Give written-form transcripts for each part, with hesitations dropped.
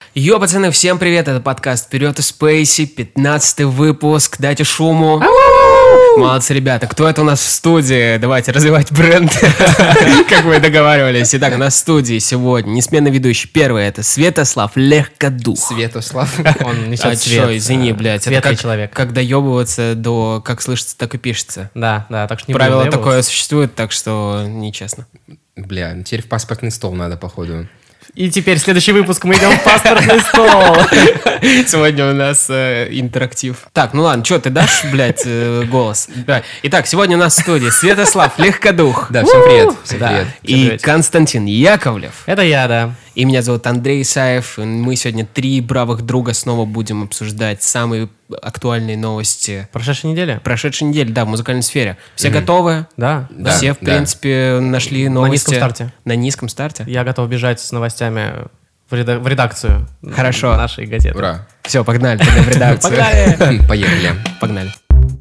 Йо, пацаны, всем привет, это подкаст «Вперед из Спейси», 15-й выпуск, дайте шуму. Молодцы, ребята. Кто это у нас в студии? Давайте развивать бренд, как мы договаривались. Итак, у нас в студии сегодня несменный ведущий. Первый — это Светослав Легкодух. Светослав. Он несет цвет. Чё, извини, блядь. Светлый Это человек. как доебываться до как слышится, так и пишется. Да, так что не Правило будем такое доебываться. существует, так что нечестно. Бля, теперь в паспортный стол надо, походу. И теперь следующий выпуск мы идем в паспортный стол. Сегодня у нас интерактив. Так, ну ладно, что ты дашь, блядь, голос? Давай. Итак, сегодня у нас в студии Светослав Легкодух. Да, всем привет. Всем Да. привет. И привет. Константин Яковлев. Это я, да. И меня зовут Андрей Исаев. Мы сегодня три бравых друга снова будем обсуждать самые актуальные новости Прошедшей недели? прошедшей недели, да, в музыкальной сфере. Все готовы? Да. Да, Все, в да. принципе, нашли новости. низком старте. На низком старте? Я готов бежать с новостями в редакцию Хорошо. нашей газеты. Ура. Все, погнали тогда в редакцию. Погнали! Поехали. Погнали.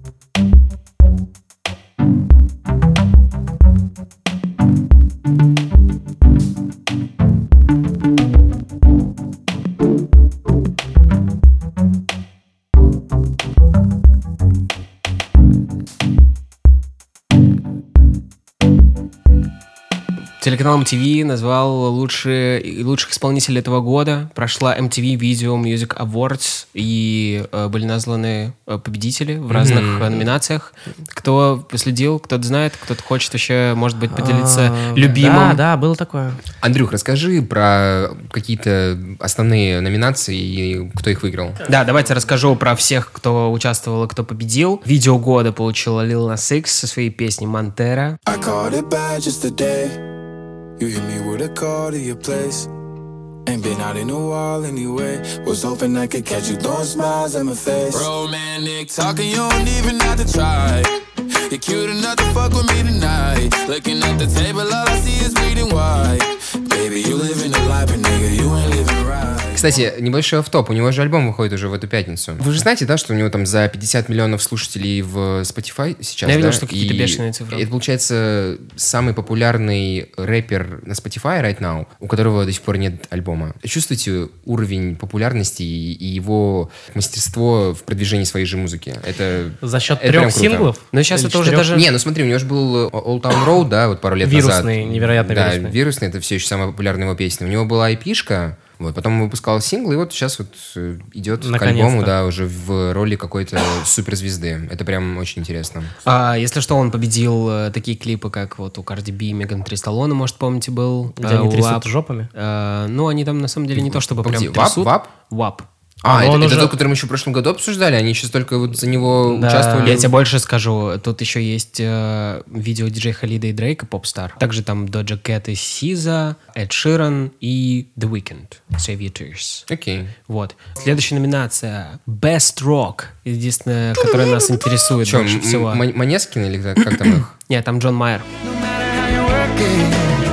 Телеканал MTV назвал лучших исполнителей этого года. Прошла MTV Video Music Awards, и были названы победители в разных номинациях. Кто последил, кто-то знает, кто-то хочет еще, может быть, поделиться любимым. Да, было такое. Андрюх, расскажи про какие-то основные номинации и кто их выиграл. Да, давайте расскажу про всех, кто участвовал и кто победил. Видео года получила Lil Nas X со своей песней «Montero». I called it bad just today. You hit me with a call to your place. Ain't been out in a while anyway. Was hoping I could catch you throwing smiles at my face. Romantic talking, you don't even have to try. You're cute enough to fuck with me tonight. Looking at the table, all I see is bleeding white. Baby, you living the life, but nigga, you ain't living right. Кстати, небольшой автоп. У него же альбом выходит уже в эту пятницу. Вы же знаете, да, что у него там за 50 миллионов слушателей в Spotify сейчас, Я видел, да? что какие-то И бешеные цифры. Это, получается, самый популярный рэпер на Spotify right now, у которого до сих пор нет альбома. Чувствуете уровень популярности и его мастерство в продвижении своей же музыки? Это За счет это прям 3 круто. синглов? Но сейчас Или это уже 4? даже... Не, ну смотри, у него же был Old Town Road, да, вот пару лет назад. Вирусный, невероятно да, вирусный. вирусный, это все еще самая популярная его песня. У него была IP-шка, вот, потом он выпускал сингл, и вот сейчас вот идет к Наконец-то. альбому, да, уже в роли какой-то суперзвезды. Это прям очень интересно. Если что, он победил такие клипы, как вот у Cardi B, Меган Три Сталлоне, может, помните, был. Где они у трясут WAP. жопами? Ну, они там, на самом деле, не то чтобы прям Погоди, трясут. WAP? WAP. А, он это уже- тот, который мы еще в прошлом году обсуждали? Они сейчас только вот за него Да. участвовали? Я тебе больше скажу, тут еще есть видео диджей Халида и Дрейка, Popstar. Также там Doja Cat и SZA, Эд Ширан и The Weeknd, Save Your Tears. Окей. Вот. Следующая номинация Best Rock. Единственное, которое нас интересует Че, больше всего. Манескин или как там их? Нет, там Джон Майер. No matter how you work it,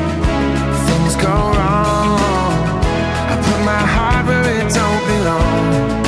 things go wrong. I put my heart where it don't belong.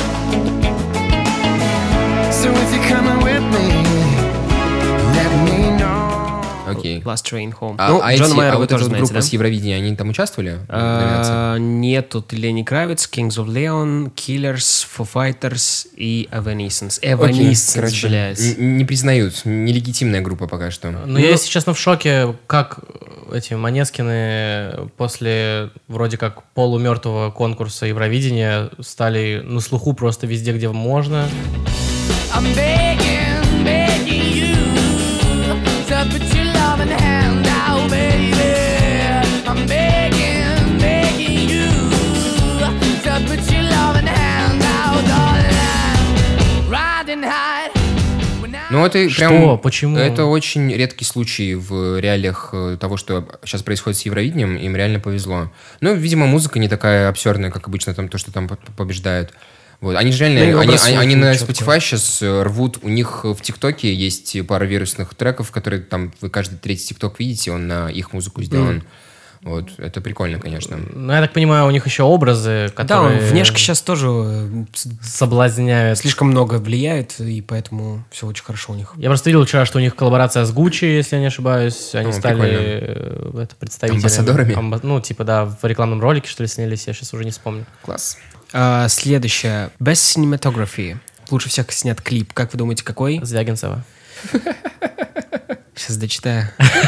So if you're coming with me, let me know. Окей. Last Train Home. А, Ну, а Джона Майера вы вот тоже эта вот знаете, группа да? с Евровидения, они там участвовали? в номинации? Нет, тут Лени Кравиц, Kings of Leon, Killers, Foo Fighters и Evanescence. Окей, Evanescence, короче, блядь. не признают. Нелегитимная группа пока что. Ну, я, если честно, в шоке, как эти Манескины после вроде как полумертвого конкурса Евровидения стали на слуху просто везде, где можно. I'm begging, begging you to put your loving hand out, baby. I'm begging, begging you to put your loving hand out, darling. Riding high. when I- Ну, это Что? прям... Почему? Это очень редкий случай в реалиях того, что сейчас происходит с Евровидением. Им реально повезло. Ну, видимо, музыка не такая обсерная, как обычно, там, то, что там побеждает. Вот. Они же Ну, и реально, образ они слуха на чёткий. Spotify сейчас рвут, у них в ТикТоке есть пара вирусных треков, которые там вы каждый третий ТикТок видите, он на их музыку сделан. Вот, это прикольно, конечно. Ну, я так понимаю, у них еще образы, Да, которые внешка сейчас тоже соблазняют. слишком много влияет, и поэтому все очень хорошо у них. Я просто видел вчера, что у них коллаборация с Gucci, если я не ошибаюсь. Они Ну, стали прикольно. представителями. Амбассадорами? Ну, типа, да, в рекламном ролике, что ли, снялись, я сейчас уже не вспомню. Класс. Следующее. Best Cinematography. Лучше всех снят клип. Как вы думаете, какой? Звягинцева. Сейчас дочитаю.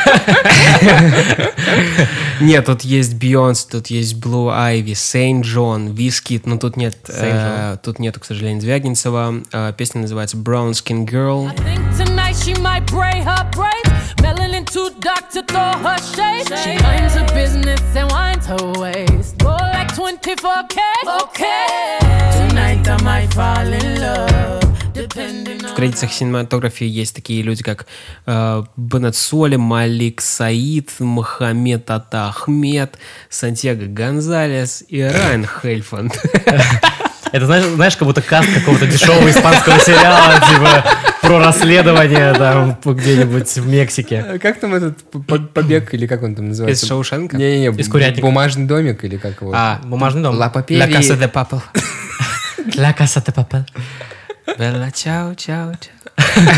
Нет, тут есть Бейонсе, тут есть Blue Ivy, Saint John, Wizkid, но тут нет, тут нету, к сожалению, Звягинцева. Песня называется Brown Skin Girl. I think tonight she might braid her braids. Melanin too dark to throw her shade. She minds her business and winds her waist. Go like 24K. Okay. Tonight I might fall in love. В кредитах синематографии есть такие люди, как Беннет Соли, Малик Саид, Мохаммед Ата Ахмед, Сантьяго Гонзалес и Райан Хельфанд. Это, знаешь, как будто каст какого-то дешевого испанского сериала, типа, про расследование там где-нибудь в Мексике. Как там этот побег, или как он там называется? Из Шоушенка? Не-не-не, Из Курятника. Бумажный домик, или как его? Бумажный дом. Ла Папери. La Casa de Papel. La Casa de Papel. Белла, чао, чао, чао.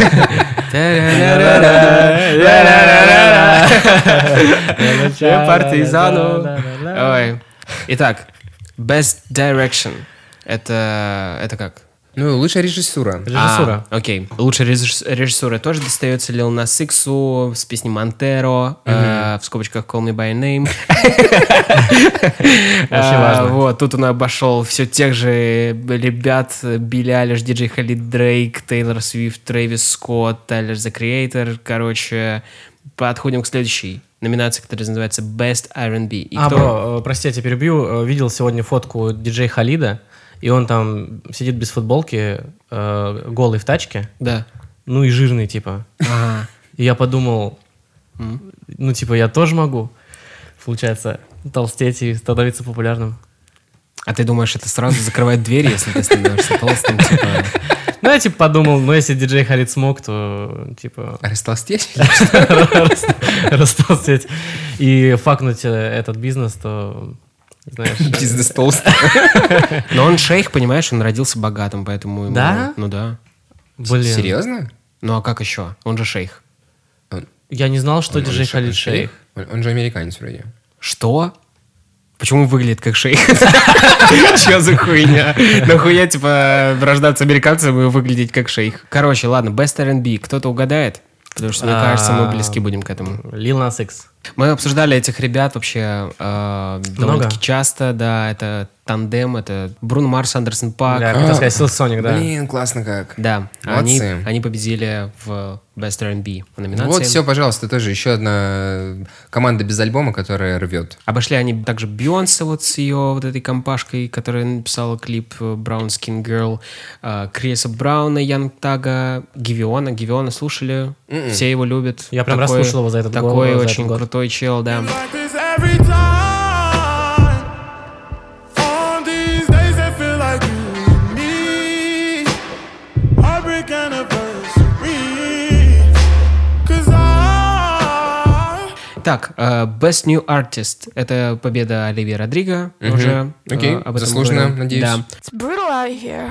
Партизану. Ой. Итак, Best Direction. Это как? Ну, лучшая режиссура. Режиссура. Окей. Лучшая режиссура тоже достается Lil Nas X'у с песней Монтеро, в скобочках Call Me By Name. Очень важно. Вот, тут он обошел все тех же ребят: Билли Айлиш, Диджей Халид, Дрейк, Тейлор Свифт, Трэвис Скотт, Тайлер The Creator. Короче, подходим к следующей номинации, которая называется Best R&B. И бро, прости, я тебя перебью. Видел сегодня фотку диджей Халида, и он там сидит без футболки, голый в тачке. Да. Ну и жирный, типа. Ага. И я подумал, ну типа я тоже могу, получается, толстеть и становиться популярным. А ты думаешь, это сразу закрывает дверь, если ты становишься толстым? Типа... Ну, я типа подумал, ну если диджей Халид смог, то типа... Растолстеть? Растолстеть. И факнуть этот бизнес, то... Знаешь, Бизнес толстый. Но он шейх, понимаешь, он родился богатым, поэтому... ему- Да? Ну да. Блин. Серьезно? Ну а как еще? Он же шейх. Я не знал, что Он диджей же Халид шейх. Он же американец вроде. Что? Почему выглядит как шейх? Че за хуйня? Нахуя, типа, рождаться американцем и выглядеть как шейх? Короче, ладно, Best R&B. Кто-то угадает? Потому что, мне кажется, мы близки будем к этому. Lil Nas X. Мы обсуждали этих ребят вообще довольно-таки часто, да, это тандем, это Бруно Марс, Андерсон Пак. Да, хотел сказать Silk Sonic, да. Блин, классно как. Да, Молодцы. они победили в Best R&B номинации. Вот, все, пожалуйста, тоже еще одна команда без альбома, которая рвет. Обошли они также Бейонсе вот с ее вот этой компашкой, которая написала клип Brown Skin Girl, Криса Брауна, Янг Тага, Гивиона слушали, все его любят. Я прям Такой- расслушал его за этот год. Такой за этот очень год. крутой чел, да. Like this every time. On these days that feel like you and me. Heartbreak anniversary. 'Cause I Так, Best New Artist. Это победа Оливии Родриго. Уже Окей, об этом заслуженно, говорил. надеюсь. Да. It's brutal out here.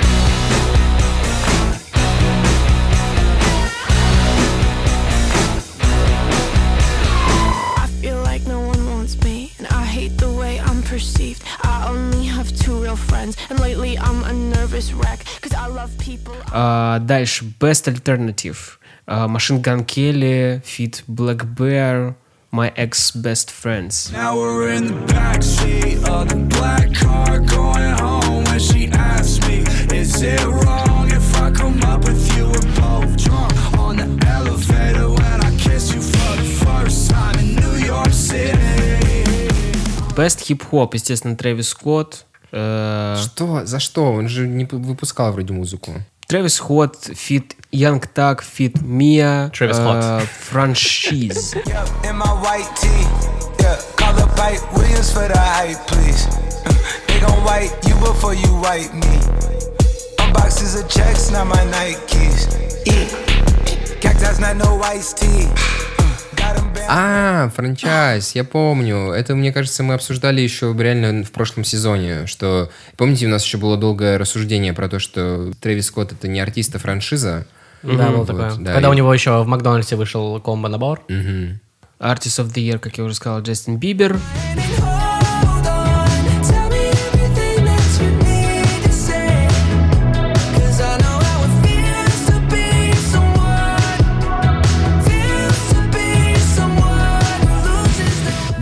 I feel like no one wants me, and I hate the way I'm perceived. I only have two real friends, and lately I'm a nervous wreck, 'cause I love people. Дальше Best Alternative. Machine Gun Kelly, Feat Black Bear, My Ex Best Friends. Now we're in the backseat of the black car going home. When she asked me, is it wrong if I come up with you? We're both drunk on the elevator when I kiss you for the first time in New York City. Best Hip Hop, естественно, Трэвис Скотт. Что? За что? Он же не выпускал вроде музыку. Трэвис Скотт, Feat Young Thug, Feat Mia, Трэвис Скотт. Franchise. Yep, in my white tee. Yeah, call up Pipe Williams for the hype, please. They gon' wipe you before you wipe me. Unboxes of checks, not my Nikes. Cactus, not no iced tea. Got 'em banned. Франчайз, я помню. Это, мне кажется, мы обсуждали еще реально в прошлом сезоне, что... Помните, у нас еще было долгое рассуждение про то, что Трэвис Скотт — это не артист, а франшиза? Да, было Вот, такое. да, Когда и- у него еще в Макдональдсе вышел комбо-набор. Artist of the Year, как я уже сказал, Джастин Бибер. Hold on, tell me everything that you need.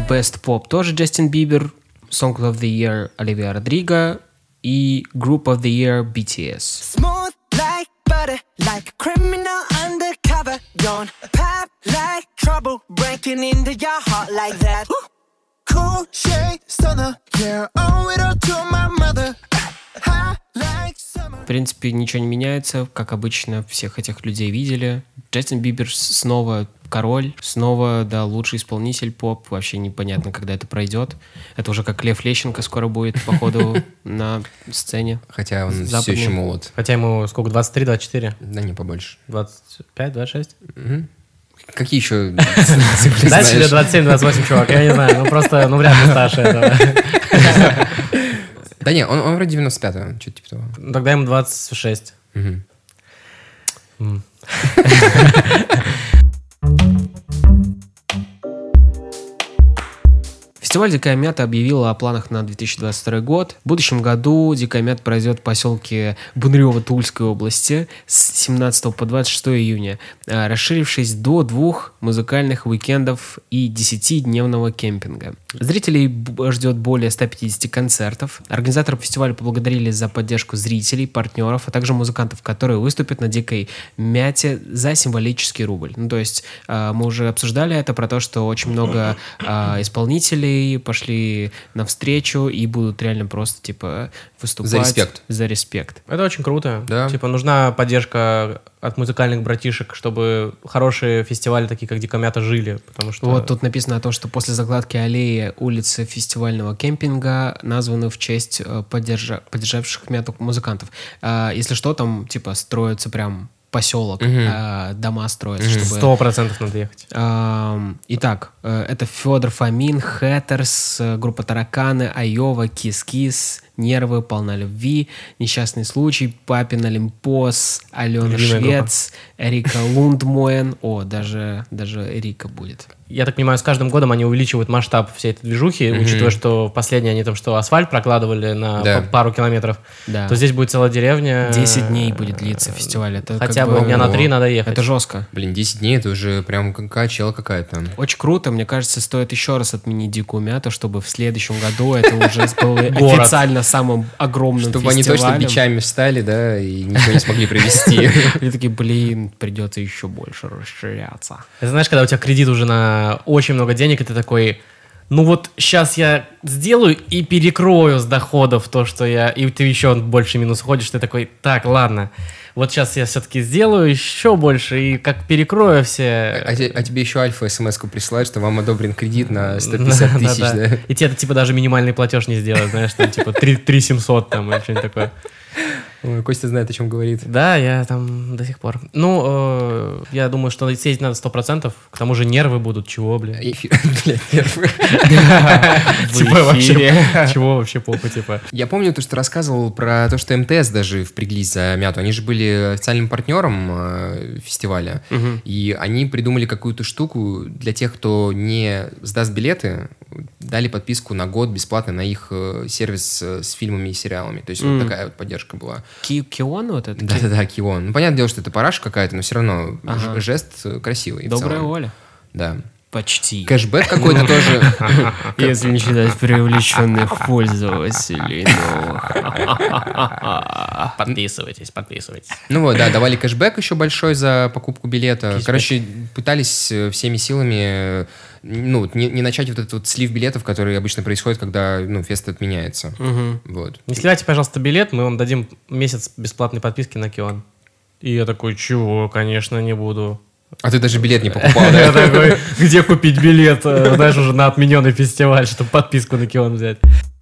Best Pop тоже Джастин Бибер, Song of the Year Оливия Родриго и Group of the Year BTS. Smooth like butter, like a criminal undercover. Don't pop like trouble, breaking into your heart like that. Cool shade stunner, yeah, owe it all to my mother. High like summer. В принципе, ничего не меняется, как обычно, всех этих людей видели. Джастин Бибер снова король, снова, да, лучший исполнитель поп. Вообще непонятно, когда это пройдет. Это уже как Лев Лещенко скоро будет, походу, на сцене. Хотя он все Западный. еще молод. Хотя ему сколько, 23-24? Да не, побольше. 25-26? Какие еще цифры Дальше знаешь? 27-28, чувак, я не знаю. Ну просто, ну вряд ли старше этого. Да не, он вроде 95-го, что-то типа того. Ну, тогда ему 26. Фестиваль «Дикая мята» объявила о планах на 2022 год. В будущем году «Дикая мята» пройдет в поселке Бунрёво Тульской области с 17 по 26 июня, расширившись до 2 музыкальных уикендов и 10-дневного кемпинга. Зрителей ждет более 150 концертов. Организаторы фестиваля поблагодарили за поддержку зрителей, партнеров, а также музыкантов, которые выступят на «Дикой мяте» за символический рубль. Ну, то есть мы уже обсуждали это, про то, что очень много исполнителей пошли навстречу и будут реально просто, типа, выступать. За респект. За респект. Это очень круто. Да. Типа нужна поддержка от музыкальных братишек, чтобы хорошие фестивали, такие как «Дикая мята», жили. Потому что... Вот тут написано о том, что после закладки аллеи улицы фестивального кемпинга названы в честь поддержавших мяту музыкантов. Если что, там, типа, строится прям поселок, дома строятся, чтобы... 100% надо ехать. Итак, это Федор Фомин, Хэттерс, группа Тараканы, Айова, Кис-Кис, Нервы, Полна любви, Несчастный случай, Папин Олимпос, Алена Любимая Швец, Эрика Лундмоен. О, даже Эрика будет. Я так понимаю, с каждым годом они увеличивают масштаб всей этой движухи, учитывая, что последние они там что, асфальт прокладывали на Да. пару километров, Да. то здесь будет целая деревня. 10 дней будет длиться фестиваль. Это Хотя как бы дня на 3 надо ехать. Это жестко. Блин, 10 дней, это уже прям качела какая-то. Очень круто. Мне кажется, стоит еще раз отменить «Дикую мяту», чтобы в следующем году это уже было Город. официально самым огромным Чтобы они точно фестивалем. бичами встали, да, и ничего не смогли привезти. И такие, блин, придется еще больше расширяться. Это знаешь, когда у тебя кредит уже на очень много денег, и ты такой, ну вот сейчас я сделаю и перекрою с доходов то, что я... И ты еще больше минус ходишь, ты такой, так, ладно, вот сейчас я все-таки сделаю еще больше и как перекрою все... А тебе еще Альфа смс-ку присылает, что вам одобрен кредит на 150 тысяч, да? И тебе типа даже минимальный платеж не сделают, знаешь, там типа 3 700 там или что-нибудь такое. Ой, Костя знает, о чем говорит. Да, я там до сих пор. Ну, я думаю, что съездить надо 100%. К тому же нервы будут. Чего, блин? Блядь, нервы. Типа вообще, чего вообще попа, типа? Я помню то, что рассказывал про то, что МТС даже впряглись за мяту. Они же были официальным партнером фестиваля. И они придумали какую-то штуку для тех, кто не сдаст билеты, дали подписку на год бесплатно на их сервис с фильмами и сериалами. То есть вот такая вот поддержка была. Кион вот это? Да-да-да, Кион. Ну, понятное дело, что это параша какая-то, но все равно жест красивый. в Добрая целом. воля. Да. Почти. Кэшбэк какой-то тоже. Если не считать привлеченных пользователей. Подписывайтесь. Ну вот, да, давали кэшбэк еще большой за покупку билета. Короче, пытались всеми силами не начать вот этот вот слив билетов, который обычно происходит, когда фест отменяется. Вот. Не сливайте, пожалуйста, билет, мы вам дадим месяц бесплатной подписки на Кион. И я такой, чего, конечно, не буду. А ты даже билет не покупал, Я да? такой, где купить билет, знаешь, уже на отмененный фестиваль, чтобы подписку на Кион взять.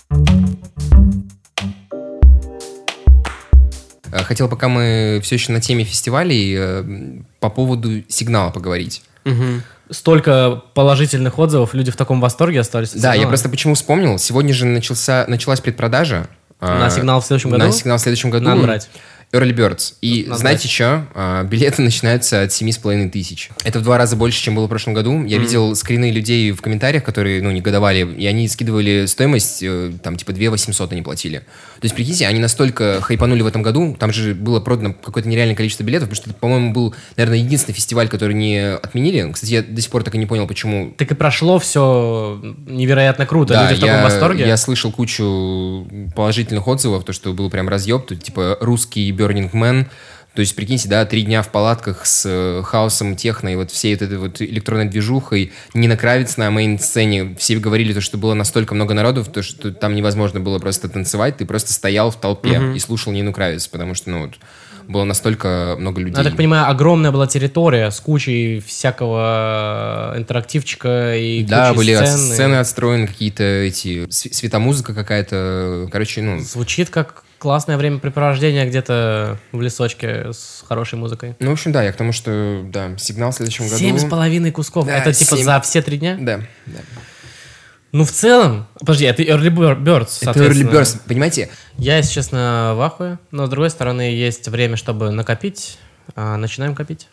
Хотел, пока мы все еще на теме фестивалей, по поводу сигнала поговорить. Столько положительных отзывов, люди в таком восторге остались. от Да, я «Сигнала». просто почему вспомнил. Сегодня же началась предпродажа. На «Сигнал» в следующем году? На «Сигнал» в следующем году. Надо брать. Early Birds. И Назвать. знаете что? Билеты начинаются от 7,5 тысяч. Это в 2 раза больше, чем было в прошлом году. Я видел скрины людей в комментариях, которые, негодовали, и они скидывали стоимость, там, типа, 2 800 они платили. То есть, прикиньте, они настолько хайпанули в этом году, там же было продано какое-то нереальное количество билетов, потому что это, по-моему, был, наверное, единственный фестиваль, который не отменили. Кстати, я до сих пор так и не понял, почему. Так и прошло все невероятно круто. Да, Люди в таком восторге. я слышал кучу положительных отзывов, то, что был прям разъеб, тут, типа, русский Burning Man. То есть, прикиньте, да, 3 дня в палатках с хаосом, техно и вот всей этой вот электронной движухой. Нина Кравец на мейн-сцене. Все говорили, то, что было настолько много народов, то, что там невозможно было просто танцевать. Ты просто стоял в толпе и слушал Нину Кравец, потому что, было настолько много людей. Я так понимаю, огромная была территория с кучей всякого интерактивчика и Да, кучей были сцен. сцены отстроены, какие-то эти... Светомузыка какая-то. Короче, Звучит как классное времяпрепровождение где-то в лесочке с хорошей музыкой. в общем, да, я к тому, что, да, сигнал в следующем году... 7,5 кусков. Да, Это типа 7. за все 3 дня? Да. Ну, в целом... Подожди, это Early Birds, Это соответственно. Early Birds, понимаете? Я, если честно, в ахуе. Но, с другой стороны, есть время, чтобы накопить. Начинаем копить.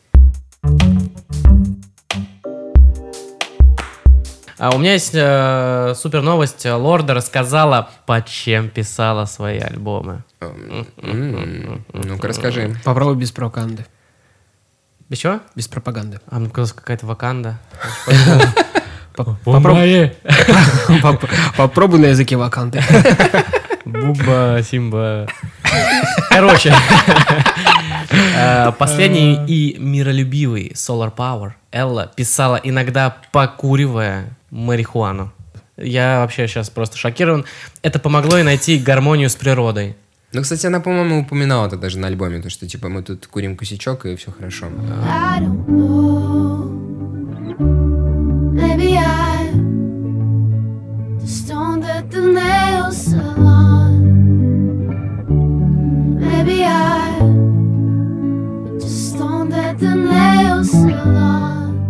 У меня есть супер новость. Лорда рассказала, под чем писала свои альбомы. Ну-ка, расскажи. Попробуй без пропаганды. Без чего? Без пропаганды. Мне казалось, какая-то ваканда. Попробуй на языке ваканды. Буба, Симба. Короче, последний и миролюбивый Solar Power Элла писала, иногда покуривая марихуану. Я вообще сейчас просто шокирован. Это помогло ей найти гармонию с природой. Ну, кстати, она, по-моему, упоминала это даже на альбоме, то, что, типа, мы тут курим косячок, и все хорошо. I don't know. Maybe I'm the stone that the nails salon. Maybe I'm just stone that the nails salon.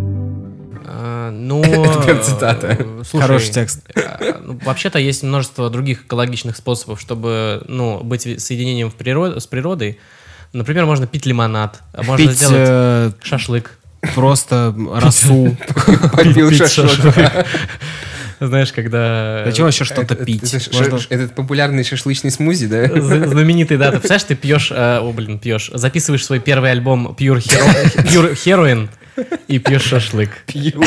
Ну, Это прям цитата. слушай, Хороший текст. Вообще-то есть множество других экологичных способов, чтобы, быть соединением с природой. Например, можно пить лимонад, можно Пить сделать шашлык. просто росу. Попил шашлык. Знаешь, когда... Зачем еще что-то пить? Можно- Этот популярный шашлычный смузи, да? Знаменитый, да, ты представляешь, ты пьешь, записываешь свой первый альбом Pure Heroin и пьешь шашлык. Пью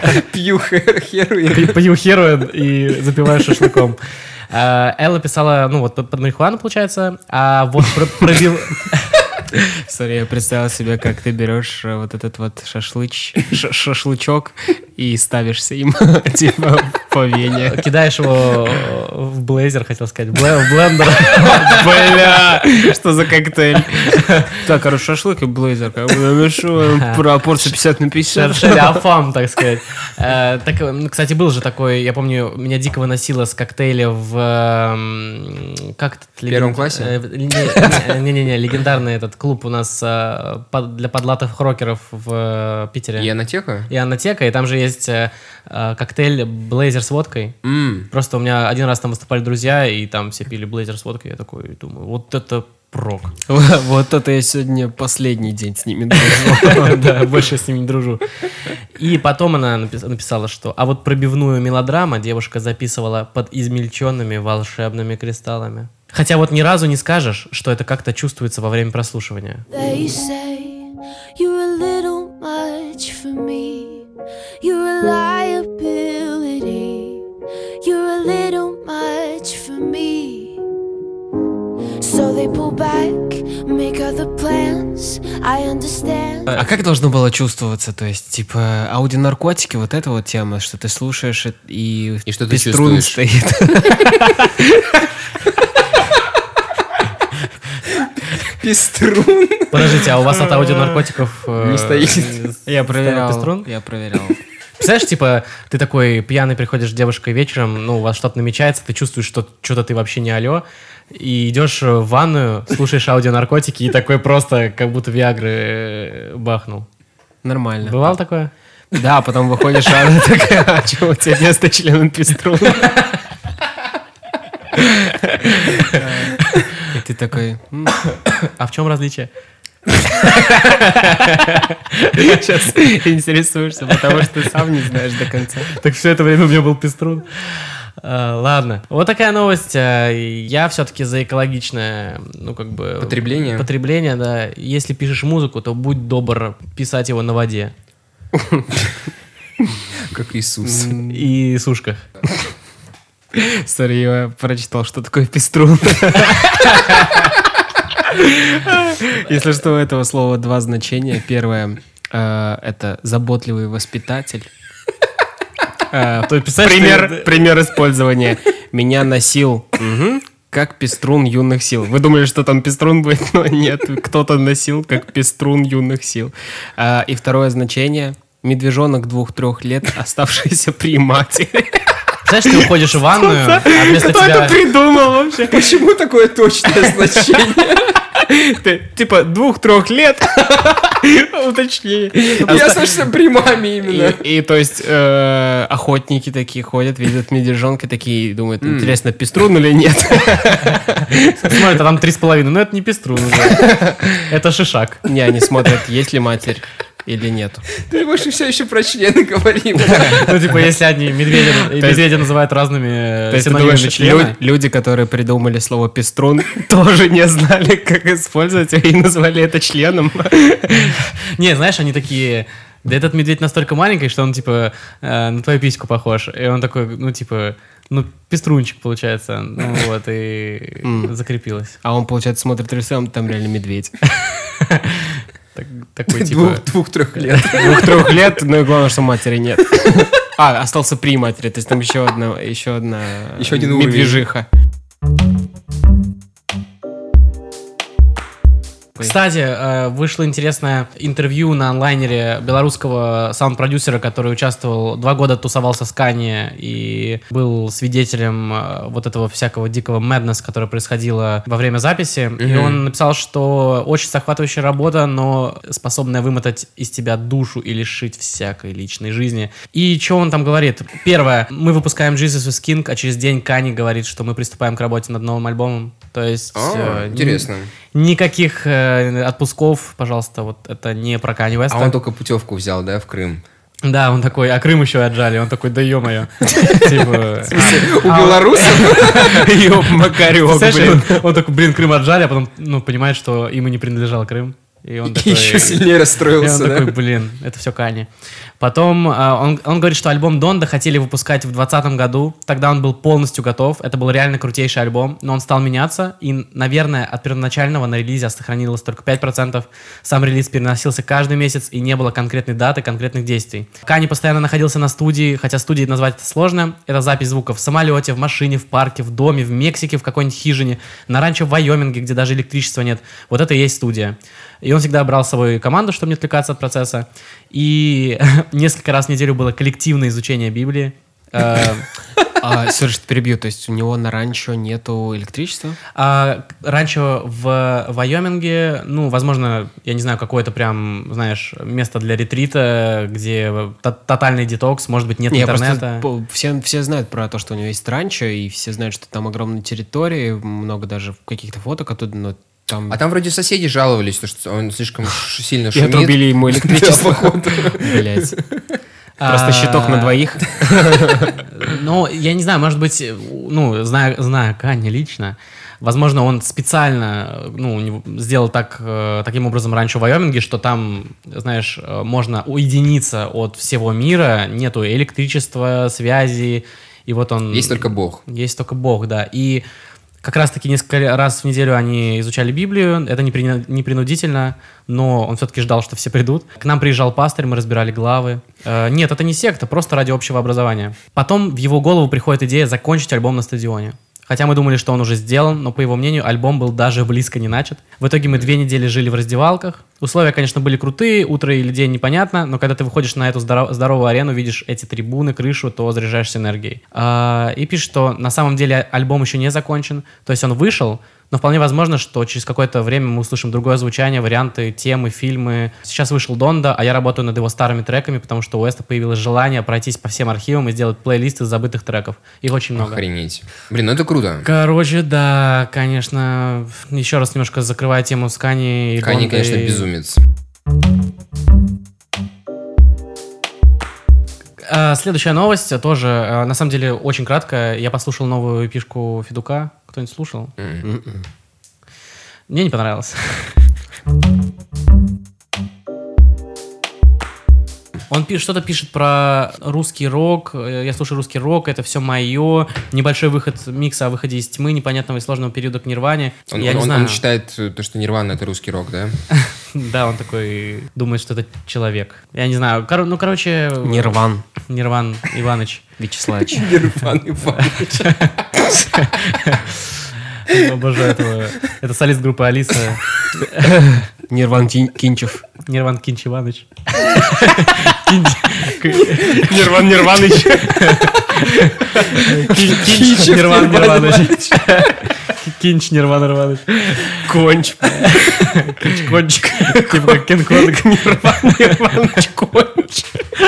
хероин. Пью хероин и запиваешь шашлыком. Элла писала, под марихуану, получается, а вот пробил... Сори, я представил себе, как ты берешь вот этот вот шашлычок и ставишься им, типа, по вене. Кидаешь его в блейзер, хотел сказать, в блендер. Бля, что за коктейль? Так, короче, шашлык и блейзер. Ну что, пропорция 50/50. Шаляфам, так сказать. Кстати, был же такой, я помню, меня дико выносило с коктейля в... Как это? В первом классе? Не-не-не, легендарный этот клуб у нас для подлатых рокеров в Питере. И Анатека? И Анатека, и там же есть коктейль блейзер с водкой. Просто у меня один раз там выступали друзья, и там все пили блейзер с водкой. Я такой думаю, вот это прок. Вот это я сегодня последний день с ними дружу. Да, больше я с ними не дружу. И потом она написала, что... А вот пробивную мелодрама девушка записывала под измельченными волшебными кристаллами. Хотя вот ни разу не скажешь, что это как-то чувствуется во время прослушивания. They say you're a little much for me. You're a liability. You're a little much for me. So they pull back, make other plans. I understand. А как должно было чувствоваться? То есть, типа, аудионаркотики, вот эта вот тема, что ты слушаешь и что ты пеструн чувствуешь? стоит. Пеструн. Подождите, а у вас от аудионаркотиков... Не стоит. Я проверял. пеструн? Я проверял. Представляешь, типа, ты такой пьяный приходишь с девушкой вечером, у вас что-то намечается, ты чувствуешь, что что-то ты вообще не алё, и идешь в ванную, слушаешь аудионаркотики и такой просто как будто виагры бахнул. Нормально. Бывало такое? Да, потом выходишь, а она такая, а чего у тебя вместо члена пеструн? И ты такой... А в чем различие? Сейчас интересуешься, потому что ты сам не знаешь до конца. Так все это время у меня был пеструн. Ладно. Вот такая новость. Я все-таки за экологичное, Потребление. Потребление, да. Если пишешь музыку, то будь добр писать его на воде. Как Иисус. И сушках. Сори, я прочитал, что такое пеструн. Если что, у этого слова два значения. Первое — это заботливый воспитатель. Пример использования. Меня носил как пеструн юных сил. Вы думали, что там пеструн будет, но нет. Кто-то носил как пеструн юных сил. И второе значение — медвежонок 2-3 лет, оставшийся при матери. Знаешь, ты уходишь в ванную, а вместо Кто тебя... это придумал вообще? Почему такое точное значение? Типа 2-3 лет. Уточнее. Я слышал при маме именно. И то есть охотники такие ходят, видят медвежонка такие, думают, интересно, пеструн или нет? Смотрят, а там 3,5. Ну, это не пеструн уже. Это шишак. Не, они смотрят, есть ли матерь или нету. Ты больше все еще про члены говорим. Ну, типа, если они медведя называют разными То есть ты синонимами думаешь, члена. люди, которые придумали слово пеструн, тоже не знали, как использовать, и назвали это членом. Не, знаешь, они такие... Да этот медведь настолько маленький, что он, типа, на твою письку похож. И он такой, пеструнчик получается. Ну вот, и закрепилось. А он, получается, смотрит рисунок, там реально медведь. Такой, типа... 2-3 лет. 2-3 лет, но и главное, что матери нет. Остался при матери, то есть там еще один уровень. медвежиха. Кстати, вышло интересное интервью на онлайнере белорусского саунд-продюсера, который участвовал, 2 года тусовался с Kanye и был свидетелем вот этого всякого дикого madness, которое происходило во время записи. И он написал, что очень захватывающая работа, но способная вымотать из тебя душу и лишить всякой личной жизни. И что он там говорит? Первое. Мы выпускаем Jesus is King, а через день Kanye говорит, что мы приступаем к работе над новым альбомом. То есть... Интересно. Никаких отпусков, пожалуйста, вот это не про Канье Уэста. А он только путевку взял, да, в Крым? Да, он такой, а Крым еще отжали. Он такой, да ё-моё. У белорусов? Макарёк, блин. Он такой, блин, Крым отжали, а потом понимает, что ему не принадлежал Крым. И он такой, еще сильнее расстроился, и он да? такой, блин, это все Kanye. Потом он говорит, что альбом Donda хотели выпускать в 2020 году. Тогда он был полностью готов. Это был реально крутейший альбом. Но он стал меняться. И, наверное, от первоначального на релизе сохранилось только 5%. Сам релиз переносился каждый месяц. И не было конкретной даты, конкретных действий. Kanye постоянно находился на студии. Хотя студией назвать это сложно. Это запись звуков в самолете, в машине, в парке, в доме, в Мексике, в какой-нибудь хижине. На ранчо в Вайоминге, где даже электричества нет. Вот это и есть студия. И он всегда брал с собой команду, чтобы не отвлекаться от процесса. И несколько раз в неделю было коллективное изучение Библии. Сори, что перебью, то есть у него на ранчо нету электричества? Ранчо в Вайоминге, возможно, я не знаю, какое-то прям, знаешь, место для ретрита, где тотальный детокс, может быть, нет интернета. Все знают про то, что у него есть ранчо, и все знают, что там огромные территории, много даже каких-то фоток оттуда, но там... А там вроде соседи жаловались, что он слишком сильно шумит. И отрубили ему электричество. Блять. Просто щиток на двоих. Я не знаю, может быть, зная Kanye лично, возможно, он специально сделал таким образом раньше в Вайоминге, что там, знаешь, можно уединиться от всего мира, нету электричества, связи, и вот он... Есть только Бог. Есть только Бог, да. И как раз-таки несколько раз в неделю они изучали Библию. Это не принудительно, но он все-таки ждал, что все придут. К нам приезжал пастырь, мы разбирали главы. Нет, это не секта, просто ради общего образования. Потом в его голову приходит идея закончить альбом на стадионе. Хотя мы думали, что он уже сделан, но, по его мнению, альбом был даже близко не начат. В итоге мы 2 недели жили в раздевалках. Условия, конечно, были крутые, утро или день непонятно, но когда ты выходишь на эту здоровую арену, видишь эти трибуны, крышу, то заряжаешься энергией. И пишет, что на самом деле альбом еще не закончен. То есть он вышел, Но вполне возможно, что через какое-то время мы услышим другое звучание, варианты, темы, фильмы. Сейчас вышел Донда, а я работаю над его старыми треками, потому что у Эста появилось желание пройтись по всем архивам и сделать плейлист из забытых треков. Их очень много. Охренеть. Блин, ну это круто. Короче, да, конечно. Еще раз немножко закрывая тему с Кани и Кани, Дондой. конечно, безумец. Следующая новость тоже, на самом деле, очень краткая. Я послушал новую эпишку Федука. Кто-нибудь слушал? Мне не понравилось. Он что-то пишет про русский рок. Я слушаю русский рок, это все мое. Небольшой выход микса о выходе из тьмы, непонятного и сложного периода к Нирване. Он считает то, что Нирвана — это русский рок, да? Да, он такой думает, что это человек. Я не знаю. Короче... Нирван Иваныч. Вячеславович. Нирван Иванович. Обожаю этого. Это солист группы Алиса. Нирван Кинчев. Нирван Кинч Иванович. Нирван Нирваныч. Кинч Нирван Нирванович. Кинч Нирван Нирванович. Конч. Кончик. Типа как Кинг-Конг. Нирван Нирваныч Конч.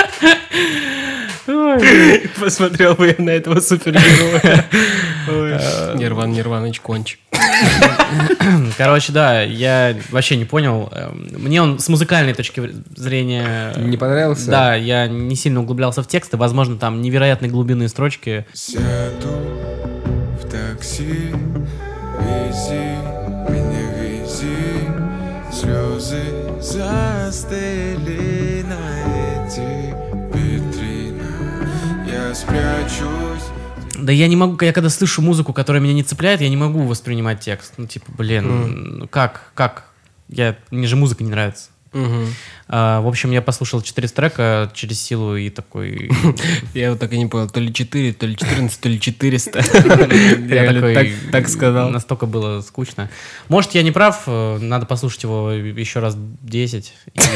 Посмотрел бы я на этого супергероя. Нирван Нирваныч Конч. Короче, да, я вообще не понял. Мне он с музыкальной точки зрения... Не понравился? Да, я не сильно углублялся в тексты. Возможно, там невероятной глубинные строчки. Сяду в такси, вези меня, вези. Слезы застыли на этих витринах. Я спрячусь. Да я не могу, я когда слышу музыку, которая меня не цепляет, я не могу воспринимать текст. Ну, типа, блин, как? Мне же музыка не нравится. В общем, я послушал 4 трека через силу и такой... Я вот так и не понял, то ли 4, то ли 14, то ли 400. Я такой... Так сказал. Настолько было скучно. Может, я не прав, надо послушать его еще раз 10.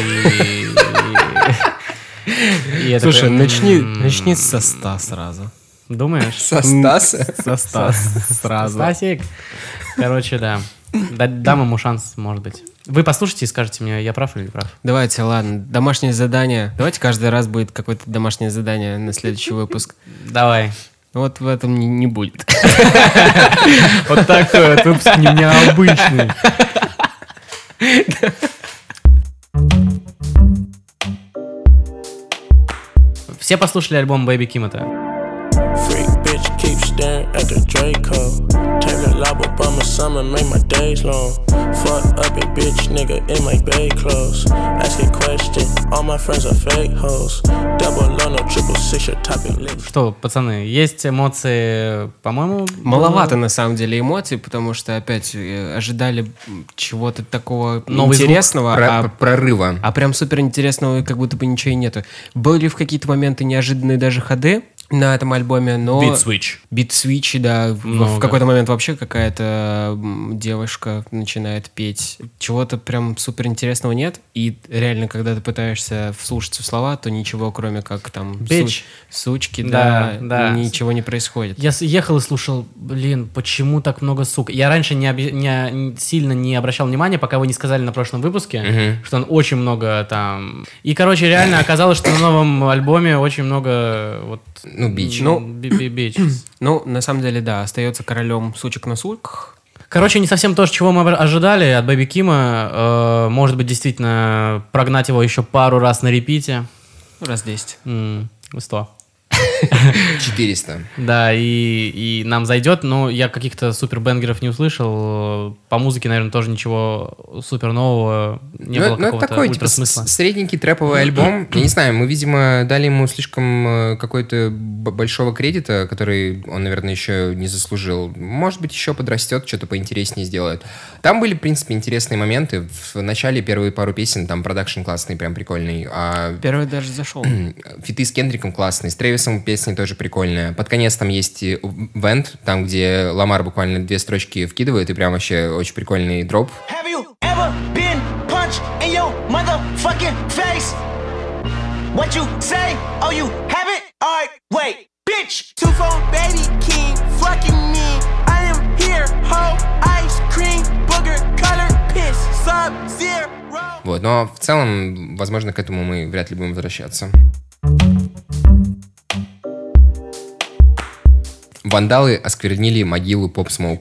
Слушай, начни со 100 сразу. Думаешь? Со Стаса? Со 100 сразу. Стасик. Короче, да. Дам ему шанс, может быть. Вы послушайте и скажете мне, я прав или не прав. Давайте, ладно. Домашнее задание. Давайте каждый раз будет какое-то домашнее задание на следующий выпуск. Давай. Вот в этом не будет. Вот такой вот выпуск необычный. Все послушали альбом Baby Keem-то? Freak bitch keep staring at the Draco. Take a lob up on my summer, make my days long. Fuck up a bitch nigga in my bay clothes. Ask a question, all my friends are fake hoes. Double on no 666, your topic lit. Что, пацаны, есть эмоции, по-моему... Маловато, на самом деле, эмоций, потому что, опять, ожидали чего-то такого Новый интересного. Прорыва. А прям супер интересного как будто бы ничего и нету. Были в какие-то моменты неожиданные даже ходы на этом альбоме, но... Бит-свитчи, да. В какой-то момент вообще какая-то девушка начинает петь. Чего-то прям супер интересного нет. И реально, когда ты пытаешься вслушаться в слова, то ничего, кроме как там... Сучки, да, ничего не происходит. Я ехал и слушал, блин, почему так много сук? Я раньше сильно не обращал внимания, пока вы не сказали на прошлом выпуске, что он очень много там... И, короче, реально оказалось, что на новом альбоме очень много вот... бич. Бич. Ну, на самом деле, да, остается королем сучек на суках. Короче, не совсем то, чего мы ожидали от Baby Keem. Может быть, действительно, прогнать его еще пару раз на репите. Раз 10. 100. 400. Да, и нам зайдет, но я каких-то супер бенгеров не услышал. По музыке, наверное, тоже ничего супер нового не было, какого-то такой, ультрасмысла. Средненький трэповый альбом. Я не знаю, мы, видимо, дали ему слишком какой-то большого кредита, который он, наверное, еще не заслужил. Может быть, еще подрастет, что-то поинтереснее сделает. Там были, в принципе, интересные моменты. В начале первые пару песен, там продакшн классный, прям прикольный. Первый даже зашел. Фиты с Кендриком классные, с Трэвисом песня тоже прикольная. Под конец там есть Вент, там, где Ламар буквально 2 строчки вкидывает, и прям вообще очень прикольный дроп. Have you ever been punched in your motherfucking face? What you say? Oh, you haven't? Alright, wait, bitch. 2-4 Baby Keem, fucking me. I am here, ho, ice cream. Вот, но в целом, возможно, к этому мы вряд ли будем возвращаться. Вандалы осквернили могилу Pop Smoke.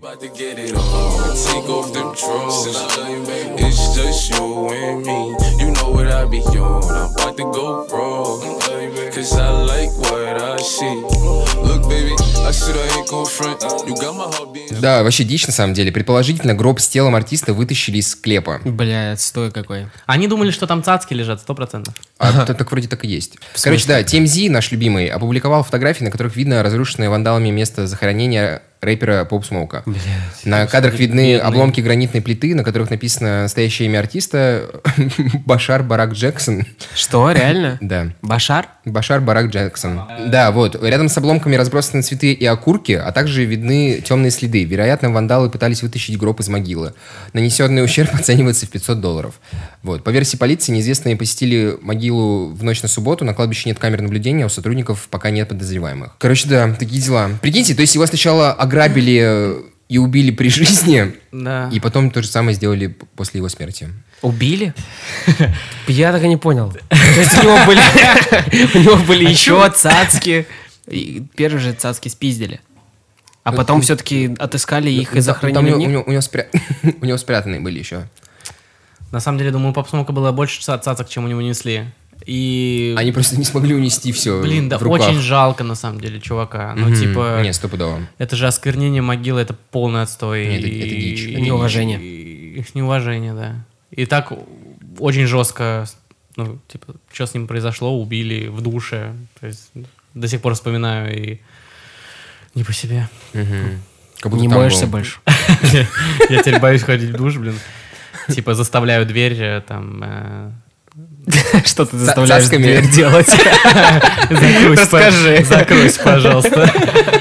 Да, вообще дичь на самом деле. Предположительно, гроб с телом артиста вытащили из склепа. Бля, отстой какой. Они думали, что там цацки лежат, 100%. Так вроде так и есть. Короче, да, TMZ, наш любимый, опубликовал фотографии, на которых видно разрушенное вандалами место захоронения рэпера Pop Smoke. На кадрах видны обломки гранитной плиты, на которых написано настоящее имя артиста Башар Барак Джексон. Что, реально? Да. Башар? Башар Барак Джексон. Да, вот. Рядом с обломками разбросаны цветы и окурки, а также видны темные следы. Вероятно, вандалы пытались вытащить гроб из могилы. Нанесенный ущерб оценивается в $500. Вот. По версии полиции, неизвестные посетили могилу в ночь на субботу. На кладбище нет камер наблюдения, а у сотрудников пока нет подозреваемых. Короче, да, такие дела. Прикиньте, то есть его сначала ограбили и убили при жизни, Да. и потом то же самое сделали после его смерти. Убили? Я так и не понял. То есть у него были еще цацки. И первые же цацки спиздили. А потом все-таки отыскали их и захоронили в них? У него спрятанные были еще. На самом деле, думаю, у Pop Smoke было больше цацок, чем у него несли. И... Они просто не смогли унести все Блин, да, в руках. очень жалко, на самом деле, чувака. Ну, типа... Не, стопудово. Это же осквернение могилы, это полный отстой. Нет, это дичь. И- Это неуважение. и- Неуважение, да. И так очень жестко, ну, типа, что с ним произошло, убили в душе. То есть до сих пор вспоминаю и не по себе. Как будто Не там моешься был. больше. Я теперь боюсь ходить в душ, блин. Типа заставляю дверь там... Что ты заставляешь цацками. дверь делать? Расскажи. Закройся, пожалуйста.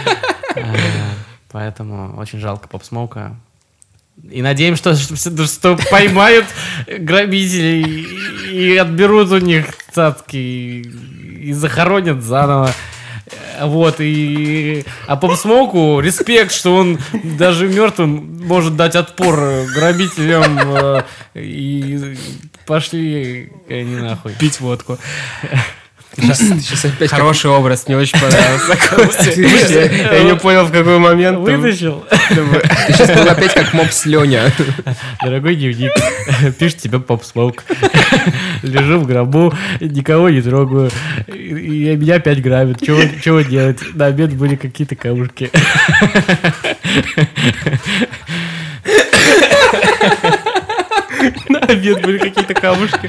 Поэтому очень жалко Pop Smoke. И надеемся, что поймают грабителей и отберут у них цацки и захоронят заново. Вот, а Pop Smoke респект, что он даже мертвым может дать отпор грабителям, и пошли они нахуй. Пить водку. Сейчас опять Хороший образ, мне очень понравился. Я не понял, в какой момент. Вытащил. Ты сейчас был опять как мопс Леня. Дорогой дневник, пишет тебе Pop Smoke. Лежу в гробу, никого не трогаю, и меня опять грабят. Чего делать? На обед были какие-то камушки. На обед были какие-то камушки.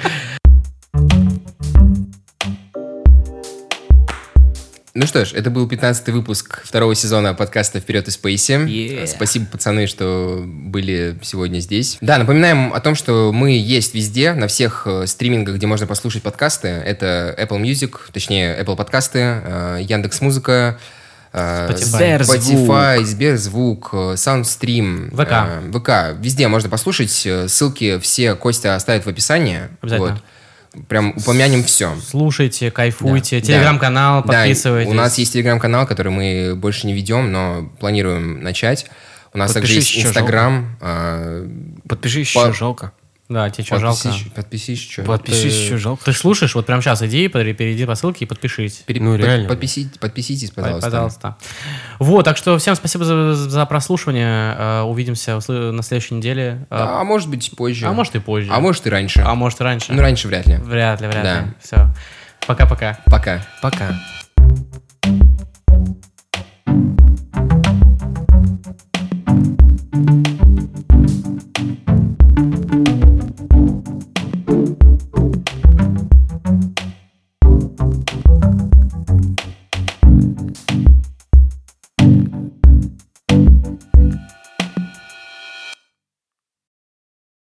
Ну что ж, это был 15-й выпуск второго сезона подкаста «Вперед из Спейси». Yeah. Спасибо, пацаны, что были сегодня здесь. Да, напоминаем о том, что мы есть везде, на всех стримингах, где можно послушать подкасты. Это Apple Music, точнее, Apple подкасты, Яндекс.Музыка, Spotify, Сберзвук, Soundstream, ВК. Везде можно послушать. Ссылки все Костя оставит в описании. Обязательно. Вот. Прям упомянем все. Слушайте, кайфуйте. Да. Телеграм-канал, подписывайтесь. У нас есть телеграм-канал, который мы больше не ведем, но планируем начать. У нас также есть Инстаграм. Подпишись, еще жалко. Да, тебе что, жалко? Подпишись, что? Подпишись, еще жалко. Ты слушаешь, вот прямо сейчас иди, перейди по ссылке и подпишись. Ну, реально. Подписитесь, пожалуйста. Пожалуйста. Вот, так что всем спасибо за прослушивание. Увидимся на следующей неделе. А может быть позже. А может и позже. А может и раньше. А может и раньше. Ну, раньше вряд ли. Вряд ли. Да. Все. Пока-пока. Пока. Пока.